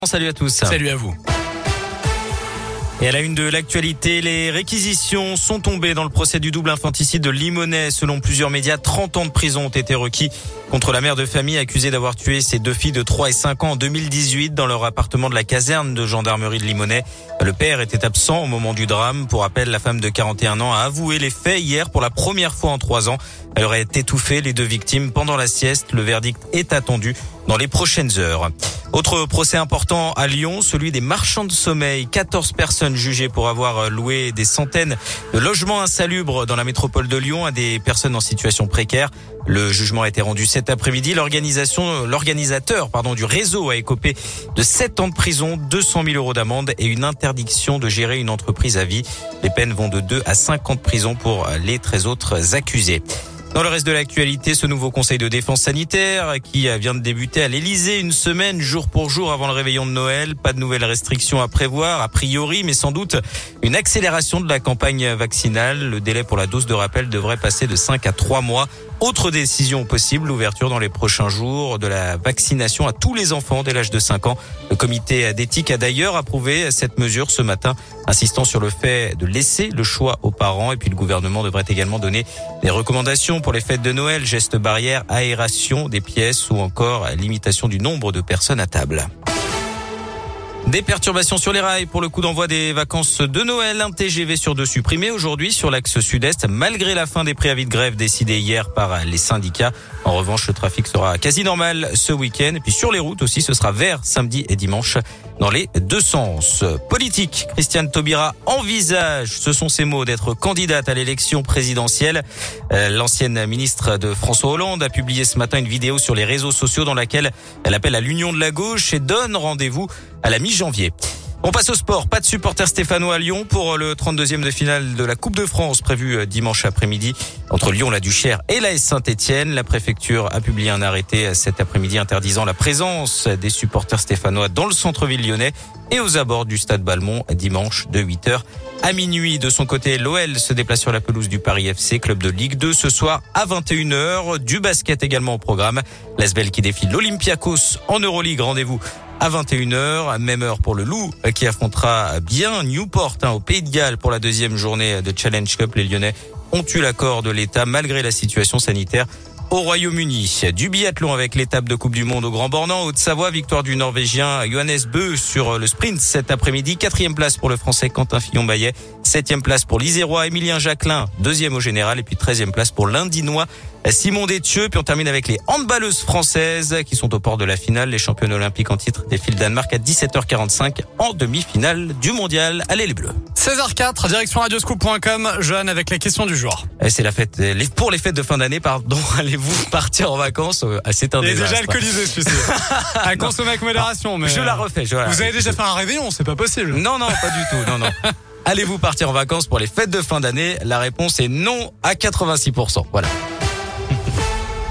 Salut à tous. Salut à vous. Et à la une de l'actualité, les réquisitions sont tombées dans le procès du double infanticide de Limonest. Selon plusieurs médias, 30 ans de prison ont été requis contre la mère de famille accusée d'avoir tué ses deux filles de 3 et 5 ans en 2018 dans leur appartement de la caserne de gendarmerie de Limonest. Le père était absent au moment du drame. Pour rappel, la femme de 41 ans a avoué les faits hier pour la première fois en 3 ans. Elle aurait étouffé les deux victimes pendant la sieste. Le verdict est attendu dans les prochaines heures. Autre procès important à Lyon, celui des marchands de sommeil. 14 personnes jugées pour avoir loué des centaines de logements insalubres dans la métropole de Lyon à des personnes en situation précaire. Le jugement a été rendu cet après-midi. L'organisateur du réseau a écopé de 7 ans de prison, 200 000 euros d'amende et une interdiction de gérer une entreprise à vie. Les peines vont de 2 à 5 ans de prison pour les 13 autres accusés. Dans le reste de l'actualité, ce nouveau conseil de défense sanitaire qui vient de débuter à l'Elysée une semaine jour pour jour avant le réveillon de Noël. Pas de nouvelles restrictions à prévoir, a priori, mais sans doute une accélération de la campagne vaccinale. Le délai pour la dose de rappel devrait passer de 5 à 3 mois. Autre décision possible, l'ouverture dans les prochains jours de la vaccination à tous les enfants dès l'âge de 5 ans. Le comité d'éthique a d'ailleurs approuvé cette mesure ce matin, insistant sur le fait de laisser le choix aux parents. Et puis le gouvernement devrait également donner des recommandations pour les fêtes de Noël, gestes barrières, aération des pièces ou encore limitation du nombre de personnes à table. Des perturbations sur les rails pour le coup d'envoi des vacances de Noël. Un TGV sur 2 supprimé aujourd'hui sur l'axe sud-est malgré la fin des préavis de grève décidés hier par les syndicats. En revanche, le trafic sera quasi normal ce week-end. Et puis sur les routes aussi, ce sera vert samedi et dimanche dans les deux sens. Politique, Christiane Taubira envisage, ce sont ses mots, d'être candidate à l'élection présidentielle. L'ancienne ministre de François Hollande a publié ce matin une vidéo sur les réseaux sociaux dans laquelle elle appelle à l'union de la gauche et donne rendez-vous à la mi-janvier. On passe au sport. Pas de supporters stéphanois à Lyon pour le 32e de finale de la Coupe de France prévu dimanche après-midi entre Lyon-la-Duchère et l'AS Saint-Etienne. La préfecture a publié un arrêté cet après-midi interdisant la présence des supporters stéphanois dans le centre-ville lyonnais et aux abords du stade Balmont dimanche de 8h à minuit. De son côté, l'OL se déplace sur la pelouse du Paris FC, club de Ligue 2 ce soir à 21h. Du basket également au programme. L'Asvel qui défie l'Olympiakos en Euroleague. Rendez-vous à 21h, même heure pour le Loup qui affrontera bien Newport au Pays de Galles pour la deuxième journée de Challenge Cup. Les Lyonnais ont eu l'accord de l'État malgré la situation sanitaire au Royaume-Uni. Du biathlon avec l'étape de Coupe du Monde au Grand Bornand, Haute-Savoie, victoire du Norvégien Johannes Bö sur le sprint cet après-midi. 4e place pour le Français Quentin Fillon-Baillet. 7e place pour l'Isérois Émilien Jacquelin, 2e au général. Et puis 13e place pour l'Indinois Simon Détieux. Puis on termine avec les handballeuses françaises qui sont au port de la finale. Les championnes olympiques en titre défilent Danemark à 17h45 en demi-finale du mondial. Allez les Bleus. 16h04, direction radioscoop.com. Johan avec la question du jour. C'est la fête, pour les fêtes de fin d'année, pardon. Allez-vous partir en vacances? C'est un désastre. Il est déjà alcoolisé, celui-ci. À consommer avec modération, mais. Je la refais, Vous avez déjà fait un réveillon, c'est pas possible. Non, pas du tout, non. Allez-vous partir en vacances pour les fêtes de fin d'année? La réponse est non à 86%. Voilà.